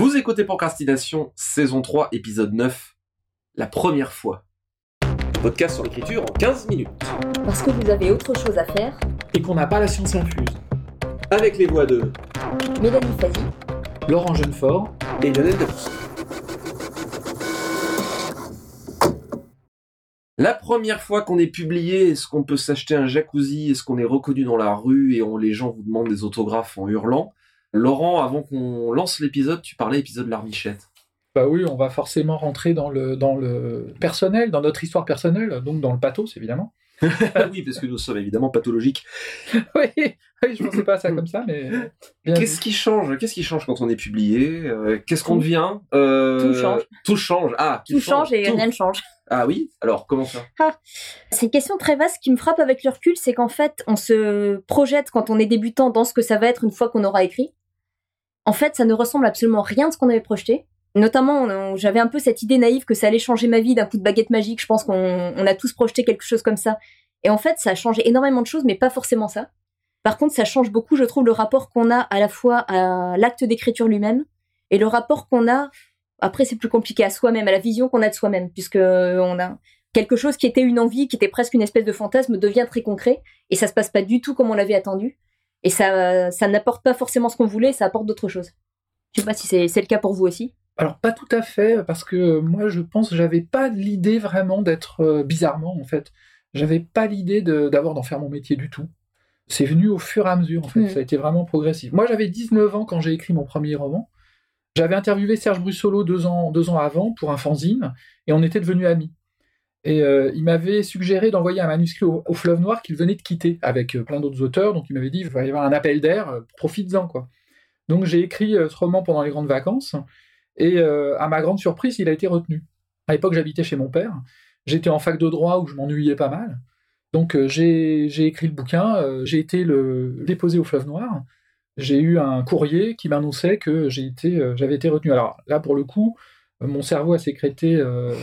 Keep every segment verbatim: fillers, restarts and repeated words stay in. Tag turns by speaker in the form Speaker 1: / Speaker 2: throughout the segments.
Speaker 1: Vous écoutez Procrastination, saison trois, épisode neuf, la première fois. Podcast sur l'écriture en quinze minutes.
Speaker 2: Parce que vous avez autre chose à faire.
Speaker 3: Et qu'on n'a pas la science infuse.
Speaker 1: Avec les voix de
Speaker 2: Mélanie Fazi,
Speaker 3: Laurent Jeunefort
Speaker 1: et Lionel Debousse. La première fois qu'on est publié, est-ce qu'on peut s'acheter un jacuzzi? Est-ce qu'on est reconnu dans la rue et on, les gens vous demandent des autographes en hurlant? Laurent, avant qu'on lance l'épisode, tu parlais épisode Larmichette.
Speaker 3: Bah oui, on va forcément rentrer dans le, dans le personnel, dans notre histoire personnelle, donc dans le pathos, évidemment.
Speaker 1: Oui, parce que nous sommes évidemment pathologiques.
Speaker 3: oui, oui, je ne pensais pas à ça comme ça, mais... bien
Speaker 1: Qu'est-ce
Speaker 3: dit.
Speaker 1: qui change Qu'est-ce qui change quand on est publié euh, Qu'est-ce qu'on devient euh,
Speaker 2: Tout change.
Speaker 1: Tout change. Ah,
Speaker 2: tout change et
Speaker 1: tout.
Speaker 2: rien ne change.
Speaker 1: Ah oui Alors, comment ça?
Speaker 2: Ah, c'est une question très vaste qui me frappe avec le recul, c'est qu'en fait, on se projette quand on est débutant dans ce que ça va être une fois qu'on aura écrit. En fait, ça ne ressemble absolument à rien de ce qu'on avait projeté. Notamment, on, j'avais un peu cette idée naïve que ça allait changer ma vie d'un coup de baguette magique. Je pense qu'on on a tous projeté quelque chose comme ça. Et en fait, ça a changé énormément de choses, mais pas forcément ça. Par contre, ça change beaucoup, je trouve, le rapport qu'on a à la fois à l'acte d'écriture lui-même et le rapport qu'on a, après c'est plus compliqué, à soi-même, à la vision qu'on a de soi-même, puisque on a quelque chose qui était une envie, qui était presque une espèce de fantasme, devient très concret, et ça se passe pas du tout comme on l'avait attendu. Et ça, ça n'apporte pas forcément ce qu'on voulait, ça apporte d'autres choses. Je sais pas si c'est, c'est le cas pour vous aussi.
Speaker 3: Alors, pas tout à fait, parce que moi, je pense que j'avais pas l'idée vraiment d'être euh, bizarrement, en fait. J'avais pas l'idée de, d'avoir d'en faire mon métier du tout. C'est venu au fur et à mesure, en fait. Mmh. Ça a été vraiment progressif. Moi, j'avais dix-neuf ans quand j'ai écrit mon premier roman. J'avais interviewé Serge Brussolo deux ans, deux ans avant pour un fanzine, et on était devenus amis. Et euh, il m'avait suggéré d'envoyer un manuscrit au, au Fleuve Noir qu'il venait de quitter avec euh, plein d'autres auteurs. Donc il m'avait dit, il va y avoir un appel d'air, euh, profites-en, quoi. Donc j'ai écrit euh, ce roman pendant les grandes vacances, et euh, à ma grande surprise, il a été retenu. À l'époque, j'habitais chez mon père. J'étais en fac de droit où je m'ennuyais pas mal. Donc euh, j'ai, j'ai écrit le bouquin, euh, j'ai été le déposé au Fleuve Noir. J'ai eu un courrier qui m'annonçait que j'ai été, euh, j'avais été retenu. Alors là, pour le coup, euh, mon cerveau a sécrété... Euh,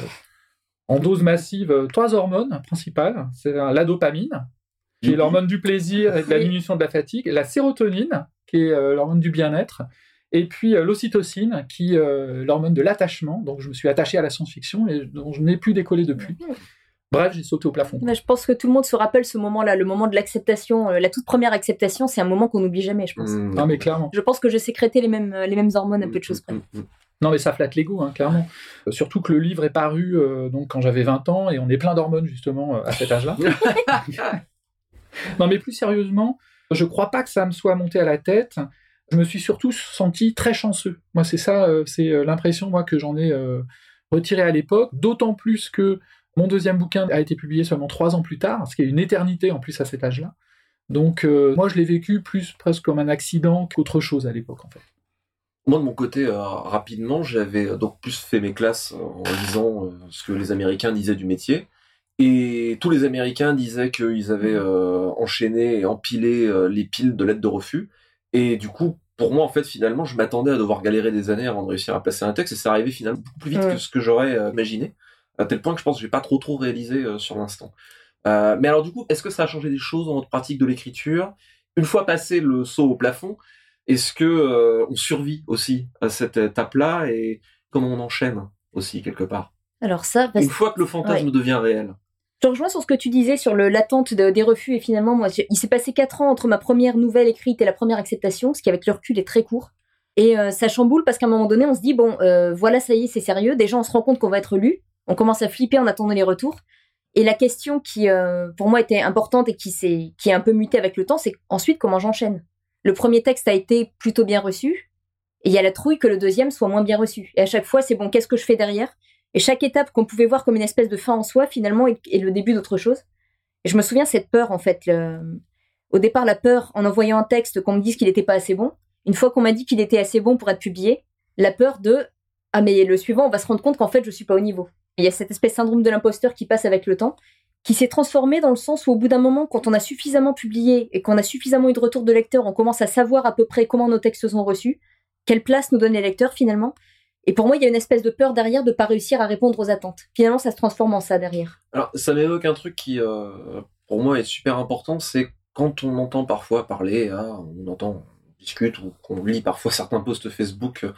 Speaker 3: en dose massive, trois hormones principales. C'est la dopamine, qui est l'hormone du plaisir et de la diminution de la fatigue, la sérotonine, qui est euh, l'hormone du bien-être, et puis euh, l'ocytocine, qui est euh, l'hormone de l'attachement. Donc je me suis attaché à la science-fiction et dont je n'ai plus décollé depuis. Bref, j'ai sauté au plafond.
Speaker 2: Mais je pense que tout le monde se rappelle ce moment-là, le moment de l'acceptation, euh, la toute première acceptation, c'est un moment qu'on n'oublie jamais, je pense.
Speaker 1: Mmh.
Speaker 3: Non, mais clairement.
Speaker 2: Je pense que j'ai sécrété les mêmes, les mêmes hormones à peu de choses près.
Speaker 1: Mmh.
Speaker 3: Non, mais ça flatte l'ego, hein, clairement. Euh, surtout que le livre est paru euh, donc, quand j'avais vingt ans, et on est plein d'hormones, justement, euh, à cet âge-là. Non, mais plus sérieusement, je crois pas que ça me soit monté à la tête. Je me suis surtout senti très chanceux. Moi, c'est ça, euh, c'est euh, l'impression, moi, que j'en ai euh, retiré à l'époque, d'autant plus que mon deuxième bouquin a été publié seulement trois ans plus tard, ce qui est une éternité, en plus, à cet âge-là. Donc, euh, moi, je l'ai vécu plus presque comme un accident qu'autre chose à l'époque, en fait.
Speaker 1: Moi, de mon côté, euh, rapidement, j'avais euh, donc plus fait mes classes euh, en lisant euh, ce que les Américains disaient du métier. Et tous les Américains disaient qu'ils avaient euh, enchaîné et empilé euh, les piles de lettres de refus. Et du coup, pour moi, en fait, finalement, je m'attendais à devoir galérer des années avant de réussir à placer un texte. Et c'est arrivé finalement beaucoup plus vite ouais. que ce que j'aurais euh, imaginé. À tel point que je pense que je n'ai pas trop trop réalisé euh, sur l'instant. Euh, mais alors du coup, est-ce que ça a changé des choses dans votre pratique de l'écriture? Une fois passé le saut au plafond, est-ce que euh, on survit aussi à cette étape-là et comment on enchaîne aussi quelque part?
Speaker 2: Alors ça,
Speaker 1: une fois que le fantasme ouais. devient réel.
Speaker 2: Je rejoins sur ce que tu disais sur le, l'attente de, des refus et finalement, moi, il s'est passé quatre ans entre ma première nouvelle écrite et la première acceptation, ce qui avec le recul est très court. Et euh, ça chamboule parce qu'à un moment donné, on se dit bon, euh, voilà, ça y est, c'est sérieux. Déjà, on se rend compte qu'on va être lu. On commence à flipper en attendant les retours. Et la question qui, euh, pour moi, était importante et qui s'est, qui est un peu mutée avec le temps, c'est ensuite comment j'enchaîne. Le premier texte a été plutôt bien reçu, et il y a la trouille que le deuxième soit moins bien reçu. Et à chaque fois, c'est bon, qu'est-ce que je fais derrière? Et chaque étape qu'on pouvait voir comme une espèce de fin en soi, finalement, est, est le début d'autre chose. Et je me souviens cette peur, en fait. Le... Au départ, la peur en envoyant un texte qu'on me dise qu'il n'était pas assez bon. Une fois qu'on m'a dit qu'il était assez bon pour être publié, la peur de « Ah, mais le suivant, on va se rendre compte qu'en fait, je suis pas au niveau ». Il y a cette espèce de syndrome de l'imposteur qui passe avec le temps, qui s'est transformé dans le sens où au bout d'un moment, quand on a suffisamment publié et qu'on a suffisamment eu de retours de lecteurs, on commence à savoir à peu près comment nos textes sont reçus, quelle place nous donnent les lecteurs finalement. Et pour moi, il y a une espèce de peur derrière de ne pas réussir à répondre aux attentes. Finalement, ça se transforme en ça derrière.
Speaker 1: Alors, ça m'évoque un truc qui, euh, pour moi, est super important, c'est quand on entend parfois parler, ah, on entend, on discute ou qu'on lit parfois certains posts Facebook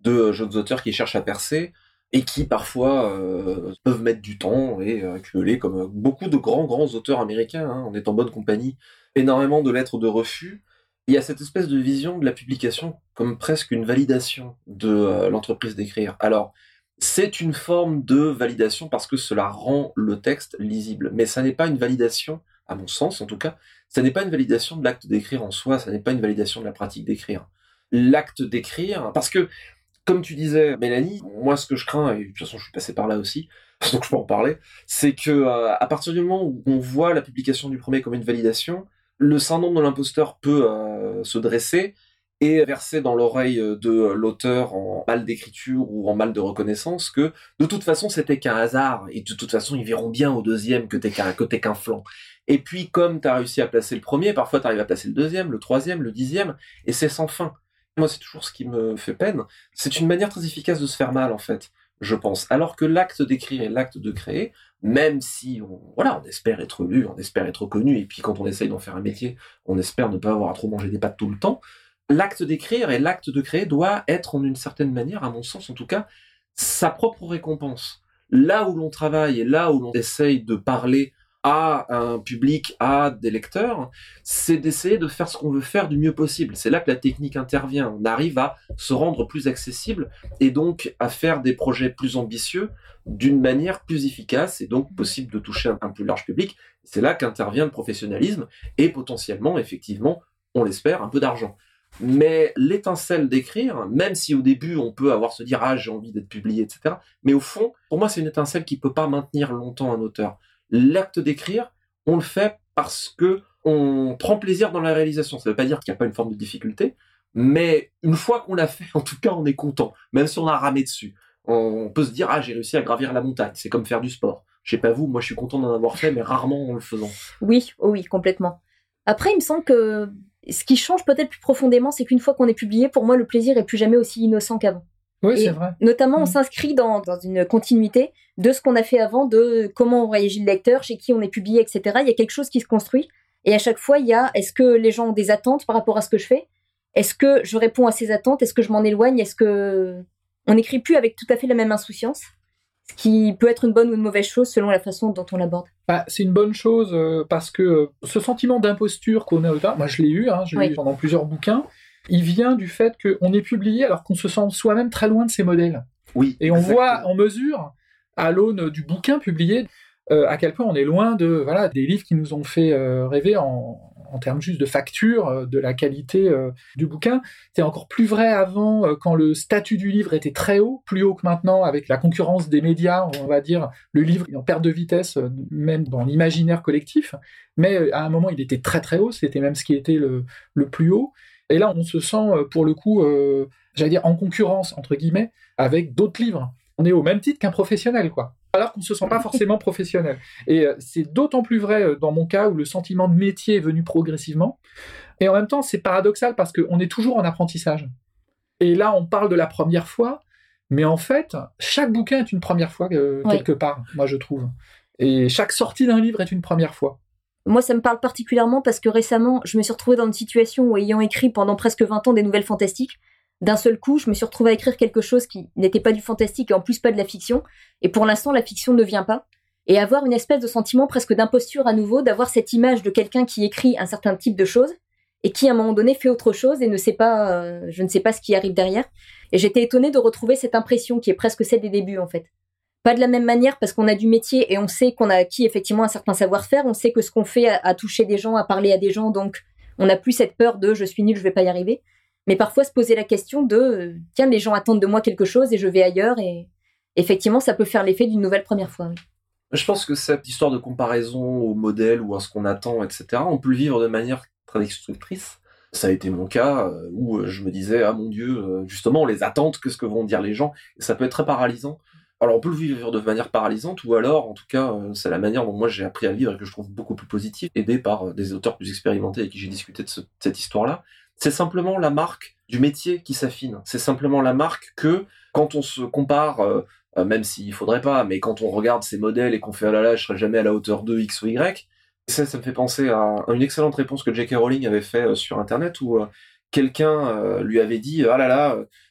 Speaker 1: de jeunes auteurs qui cherchent à percer et qui parfois euh, peuvent mettre du temps et euh, accumuler, comme beaucoup de grands grands auteurs américains, hein, on est en bonne compagnie, énormément de lettres de refus. Il y a cette espèce de vision de la publication comme presque une validation de euh, l'entreprise d'écrire. Alors, c'est une forme de validation parce que cela rend le texte lisible, mais ça n'est pas une validation, à mon sens en tout cas, ça n'est pas une validation de l'acte d'écrire en soi, ça n'est pas une validation de la pratique d'écrire. L'acte d'écrire, parce que, comme tu disais, Mélanie, moi ce que je crains, et de toute façon je suis passé par là aussi, donc je peux en parler, c'est que euh, à partir du moment où on voit la publication du premier comme une validation, le syndrome de l'imposteur peut euh, se dresser et verser dans l'oreille de l'auteur en mal d'écriture ou en mal de reconnaissance que de toute façon c'était qu'un hasard et de toute façon ils verront bien au deuxième que t'es qu'un, que t'es qu'un flanc. Et puis comme t'as réussi à placer le premier, parfois t'arrives à placer le deuxième, le troisième, le dixième, et c'est sans fin. Moi c'est toujours ce qui me fait peine. C'est une manière très efficace de se faire mal en fait, je pense. Alors que l'acte d'écrire et l'acte de créer, même si on, voilà, on espère être lu, on espère être connu, et puis quand on essaye d'en faire un métier, on espère ne pas avoir à trop manger des pâtes tout le temps, l'acte d'écrire et l'acte de créer doit être en une certaine manière, à mon sens en tout cas, sa propre récompense. Là où l'on travaille et là où l'on essaye de parler à un public, à des lecteurs, c'est d'essayer de faire ce qu'on veut faire du mieux possible. C'est là que la technique intervient. On arrive à se rendre plus accessible et donc à faire des projets plus ambitieux d'une manière plus efficace et donc possible de toucher un, un plus large public. C'est là qu'intervient le professionnalisme et potentiellement, effectivement, on l'espère, un peu d'argent. Mais l'étincelle d'écrire, même si au début on peut avoir se dire « Ah, j'ai envie d'être publié, et cetera » mais au fond, pour moi, c'est une étincelle qui peut pas maintenir longtemps un auteur. L'acte d'écrire, on le fait parce que on prend plaisir dans la réalisation. Ça veut pas dire qu'il n'y a pas une forme de difficulté, mais une fois qu'on l'a fait, en tout cas, on est content, même si on a ramé dessus. On peut se dire « Ah, j'ai réussi à gravir la montagne », c'est comme faire du sport. Je sais pas vous, moi je suis content d'en avoir fait, mais rarement en le faisant.
Speaker 2: Oui, oh oui, complètement. Après, il me semble que ce qui change peut-être plus profondément, c'est qu'une fois qu'on est publié, pour moi, le plaisir est plus jamais aussi innocent qu'avant.
Speaker 3: Oui,
Speaker 2: et
Speaker 3: c'est vrai.
Speaker 2: Notamment, on
Speaker 3: mmh.
Speaker 2: s'inscrit dans, dans une continuité de ce qu'on a fait avant, de comment on réagit le lecteur, chez qui on est publié, et cetera. Il y a quelque chose qui se construit. Et à chaque fois, il y a, est-ce que les gens ont des attentes par rapport à ce que je fais ? Est-ce que je réponds à ces attentes ? Est-ce que je m'en éloigne ? Est-ce que on n'écrit plus avec tout à fait la même insouciance ? Ce qui peut être une bonne ou une mauvaise chose selon la façon dont on l'aborde.
Speaker 3: Bah, c'est une bonne chose euh, parce que euh, ce sentiment d'imposture qu'on a autant, moi je l'ai eu, hein, je l'ai oui. eu pendant plusieurs bouquins, il vient du fait qu'on est publié alors qu'on se sent soi-même très loin de ses modèles.
Speaker 1: Oui.
Speaker 3: Et on exactement. voit, on mesure à l'aune du bouquin publié euh, à quel point on est loin de voilà des livres qui nous ont fait euh, rêver en, en termes juste de facture, euh, de la qualité euh, du bouquin. C'était encore plus vrai avant euh, quand le statut du livre était très haut, plus haut que maintenant avec la concurrence des médias, on va dire le livre est en perte de vitesse euh, même dans l'imaginaire collectif, mais euh, à un moment il était très très haut, c'était même ce qui était le, le plus haut. Et là on se sent euh, pour le coup, euh, j'allais dire en concurrence entre guillemets avec d'autres livres. On est au même titre qu'un professionnel, quoi. Alors qu'on ne se sent pas forcément professionnel. Et euh, c'est d'autant plus vrai euh, dans mon cas où le sentiment de métier est venu progressivement. Et en même temps, c'est paradoxal parce qu'on est toujours en apprentissage. Et là, on parle de la première fois, mais en fait, chaque bouquin est une première fois euh, oui. quelque part, moi je trouve. Et chaque sortie d'un livre est une première fois.
Speaker 2: Moi, ça me parle particulièrement parce que récemment, je me suis retrouvée dans une situation où, ayant écrit pendant presque vingt ans des nouvelles fantastiques, d'un seul coup, je me suis retrouvée à écrire quelque chose qui n'était pas du fantastique et en plus pas de la fiction. Et pour l'instant, la fiction ne vient pas. Et avoir une espèce de sentiment presque d'imposture à nouveau, d'avoir cette image de quelqu'un qui écrit un certain type de choses et qui, à un moment donné, fait autre chose et ne sait pas, euh, je ne sais pas ce qui arrive derrière. Et j'étais étonnée de retrouver cette impression qui est presque celle des débuts, en fait. Pas de la même manière parce qu'on a du métier et on sait qu'on a acquis effectivement un certain savoir-faire. On sait que ce qu'on fait a, a touché des gens, a parlé à des gens, donc on n'a plus cette peur de « je suis nul, je vais pas y arriver ». Mais parfois se poser la question de euh, « tiens, les gens attendent de moi quelque chose et je vais ailleurs » et effectivement, ça peut faire l'effet d'une nouvelle première fois. Oui.
Speaker 1: Je pense que cette histoire de comparaison au modèle ou à ce qu'on attend, et cetera, on peut le vivre de manière très destructrice. Ça a été mon cas euh, où je me disais « ah mon Dieu, euh, justement, on les attend, qu'est-ce que vont dire les gens ?» Et ça peut être très paralysant. Alors on peut le vivre de manière paralysante ou alors, en tout cas, euh, c'est la manière dont moi j'ai appris à vivre et que je trouve beaucoup plus positive, aidé par euh, des auteurs plus expérimentés avec qui j'ai discuté de, ce, de cette histoire-là. C'est simplement la marque du métier qui s'affine. C'est simplement la marque que, quand on se compare, euh, euh, même s'il faudrait pas, mais quand on regarde ces modèles et qu'on fait « ah là là, je serai jamais à la hauteur de X ou Y », ça, ça me fait penser à une excellente réponse que J K Rowling avait fait euh, sur Internet où euh, quelqu'un euh, lui avait dit « ah là là,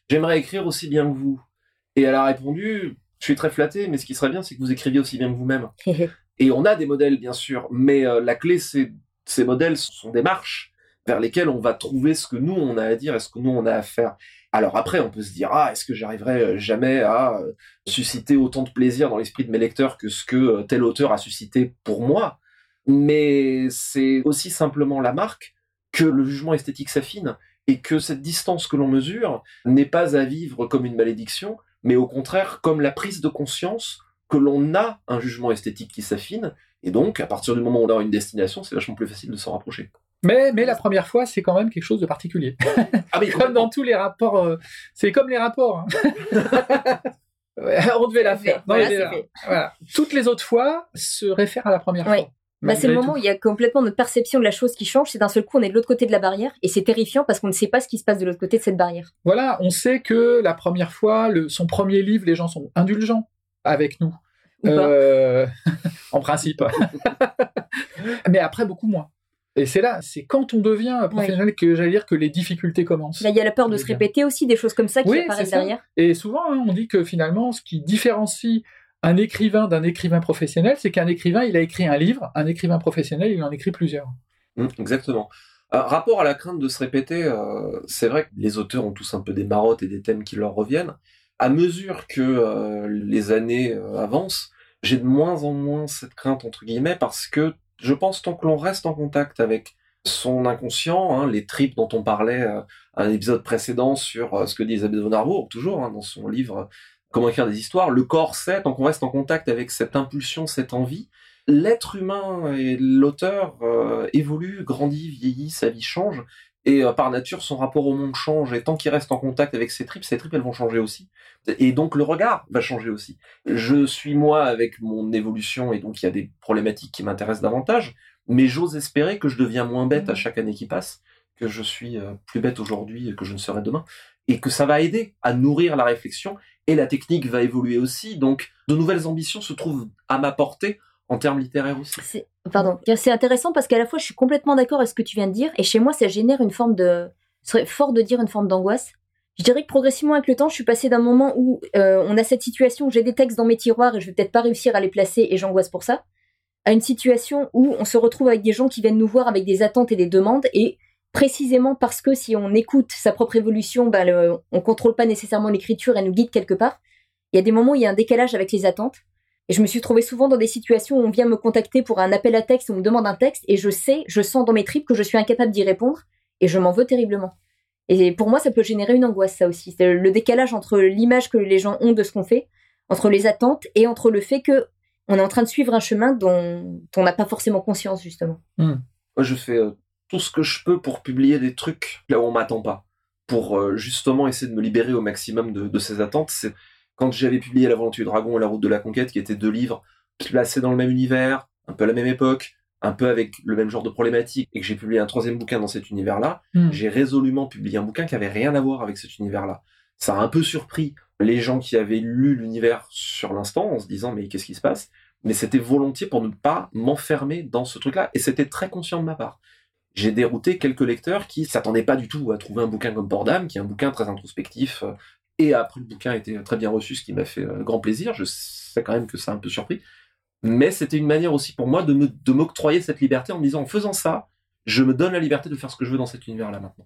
Speaker 1: j'aimerais écrire aussi bien que vous. Et elle a répondu, je suis très flatté, mais ce qui serait bien, c'est que vous écriviez aussi bien que vous-même. Et on a des modèles, bien sûr, mais euh, la clé, c'est ces modèles sont des marches vers lesquelles on va trouver ce que nous, on a à dire et ce que nous, on a à faire. Alors après, on peut se dire, ah, est-ce que j'arriverai jamais à euh, susciter autant de plaisir dans l'esprit de mes lecteurs que ce que euh, tel auteur a suscité pour moi? Mais c'est aussi simplement la marque que le jugement esthétique s'affine et que cette distance que l'on mesure n'est pas à vivre comme une malédiction, mais au contraire comme la prise de conscience que l'on a un jugement esthétique qui s'affine, et donc, à partir du moment où on a une destination, c'est vachement plus facile de s'en rapprocher.
Speaker 3: Mais, mais la première fois, c'est quand même quelque chose de particulier.
Speaker 1: Ah, mais
Speaker 3: comme dans tous les rapports, euh, c'est comme les rapports. Hein. Ouais, on devait la faire. Non,
Speaker 2: voilà,
Speaker 3: c'est là. Voilà. Toutes les autres fois se réfèrent à la première
Speaker 2: oui.
Speaker 3: fois.
Speaker 2: Bah, c'est le
Speaker 3: tout.
Speaker 2: moment où il y a complètement notre perception de la chose qui change, c'est d'un seul coup on est de l'autre côté de la barrière, et c'est terrifiant parce qu'on ne sait pas ce qui se passe de l'autre côté de cette barrière.
Speaker 3: Voilà, on sait que la première fois, le, son premier livre, les gens sont indulgents avec nous. Euh, en principe. Mais après, beaucoup moins. Et c'est là, c'est quand on devient professionnel oui. que j'allais dire que les difficultés commencent.
Speaker 2: Là, il y a la peur de se répéter aussi, des choses comme ça qui
Speaker 3: oui,
Speaker 2: apparaissent derrière.
Speaker 3: Et souvent, hein, on dit que finalement, ce qui différencie un écrivain d'un écrivain professionnel, c'est qu'un écrivain, il a écrit un livre, un écrivain professionnel, il en écrit plusieurs.
Speaker 1: Mmh, exactement. Euh, rapport à la crainte de se répéter, euh, c'est vrai que les auteurs ont tous un peu des marottes et des thèmes qui leur reviennent. À mesure que euh, les années euh, avancent, j'ai de moins en moins cette crainte, entre guillemets, parce que je pense tant que l'on reste en contact avec son inconscient, hein, les tripes dont on parlait euh, à un épisode précédent sur euh, ce que dit Isabelle von Arbour, toujours hein, dans son livre euh, Comment écrire des histoires, le corps sait, tant qu'on reste en contact avec cette impulsion, cette envie, l'être humain et l'auteur euh, évoluent, grandit, vieillit, sa vie change, et euh, par nature, son rapport au monde change, et tant qu'il reste en contact avec ses tripes, ses tripes, elles vont changer aussi. Et donc, le regard va changer aussi. Je suis moi avec mon évolution, et donc il y a des problématiques qui m'intéressent davantage, mais j'ose espérer que je deviens moins bête à chaque année qui passe, que je suis euh, plus bête aujourd'hui que je ne serai demain, et que ça va aider à nourrir la réflexion, et la technique va évoluer aussi, donc de nouvelles ambitions se trouvent à ma portée, en termes littéraires aussi.
Speaker 2: C'est, pardon, c'est intéressant parce qu'à la fois je suis complètement d'accord avec ce que tu viens de dire, et chez moi ça génère une forme de, ce serait fort de dire une forme d'angoisse. Je dirais que progressivement avec le temps, je suis passée d'un moment où euh, on a cette situation où j'ai des textes dans mes tiroirs et je vais peut-être pas réussir à les placer et j'angoisse pour ça, à une situation où on se retrouve avec des gens qui viennent nous voir avec des attentes et des demandes, et précisément parce que si on écoute sa propre évolution, ben le, on contrôle pas nécessairement l'écriture, elle nous guide quelque part. Il y a des moments où il y a un décalage avec les attentes. Et je me suis trouvée souvent dans des situations où on vient me contacter pour un appel à texte, où on me demande un texte, et je sais, je sens dans mes tripes que je suis incapable d'y répondre, et je m'en veux terriblement. Et pour moi, ça peut générer une angoisse, ça aussi. C'est le décalage entre l'image que les gens ont de ce qu'on fait, entre les attentes, et entre le fait que on est en train de suivre un chemin dont on n'a pas forcément conscience, justement.
Speaker 1: Mmh. Moi, je fais euh, tout ce que je peux pour publier des trucs là où on m'attend pas, pour euh, justement essayer de me libérer au maximum de, de ces attentes. C'est quand j'avais publié La Volonté du Dragon et La Route de la Conquête, qui étaient deux livres placés dans le même univers, un peu à la même époque, un peu avec le même genre de problématique, et que j'ai publié un troisième bouquin dans cet univers-là, mmh. j'ai résolument publié un bouquin qui avait rien à voir avec cet univers-là. Ça a un peu surpris les gens qui avaient lu l'univers sur l'instant, en se disant « mais qu'est-ce qui se passe ?» Mais c'était volontiers pour ne pas m'enfermer dans ce truc-là, et c'était très conscient de ma part. J'ai dérouté quelques lecteurs qui s'attendaient pas du tout à trouver un bouquin comme Port d'âme, qui est un bouquin très introspectif, et après le bouquin était très bien reçu, ce qui m'a fait euh, grand plaisir. Je sais quand même que ça a un peu surpris. Mais c'était une manière aussi pour moi de, me, de m'octroyer cette liberté en me disant, en faisant ça, je me donne la liberté de faire ce que je veux dans cet univers-là maintenant.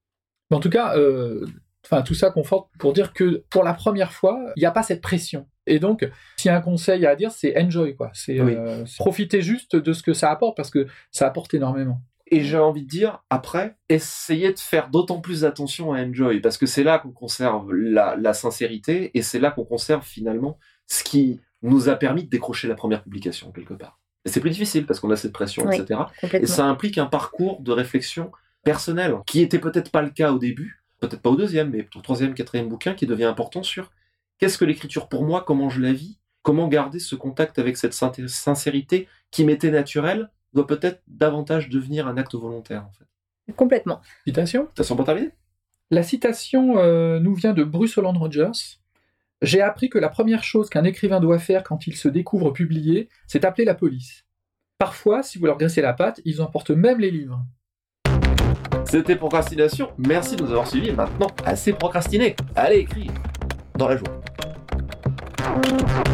Speaker 3: En tout cas, euh, tout ça conforte pour dire que pour la première fois, il n'y a pas cette pression. Et donc, s'il y a un conseil à dire, c'est enjoy, quoi. C'est, oui. euh, c'est profiter juste de ce que ça apporte, parce que ça apporte énormément.
Speaker 1: Et j'ai envie de dire, après, essayez de faire d'autant plus attention à enjoy, parce que c'est là qu'on conserve la, la sincérité, et c'est là qu'on conserve finalement ce qui nous a permis de décrocher la première publication, quelque part. Et c'est plus difficile, parce qu'on a cette pression, oui, et cetera. Et ça implique un parcours de réflexion personnelle, qui était peut-être pas le cas au début, peut-être pas au deuxième, mais au troisième, quatrième bouquin, qui devient important sur qu'est-ce que l'écriture pour moi, comment je la vis, comment garder ce contact avec cette sincérité qui m'était naturelle, doit peut-être davantage devenir un acte volontaire, en fait.
Speaker 2: Complètement.
Speaker 3: Citation
Speaker 1: Citation pour terminer ?
Speaker 3: La citation euh, nous vient de Bruce Holland Rogers. « J'ai appris que la première chose qu'un écrivain doit faire quand il se découvre publié, c'est appeler la police. Parfois, si vous leur graissez la patte, ils emportent même les livres. »
Speaker 1: C'était Procrastination. Merci de nous avoir suivis. Maintenant, assez procrastiné. Allez, écrire dans la joie.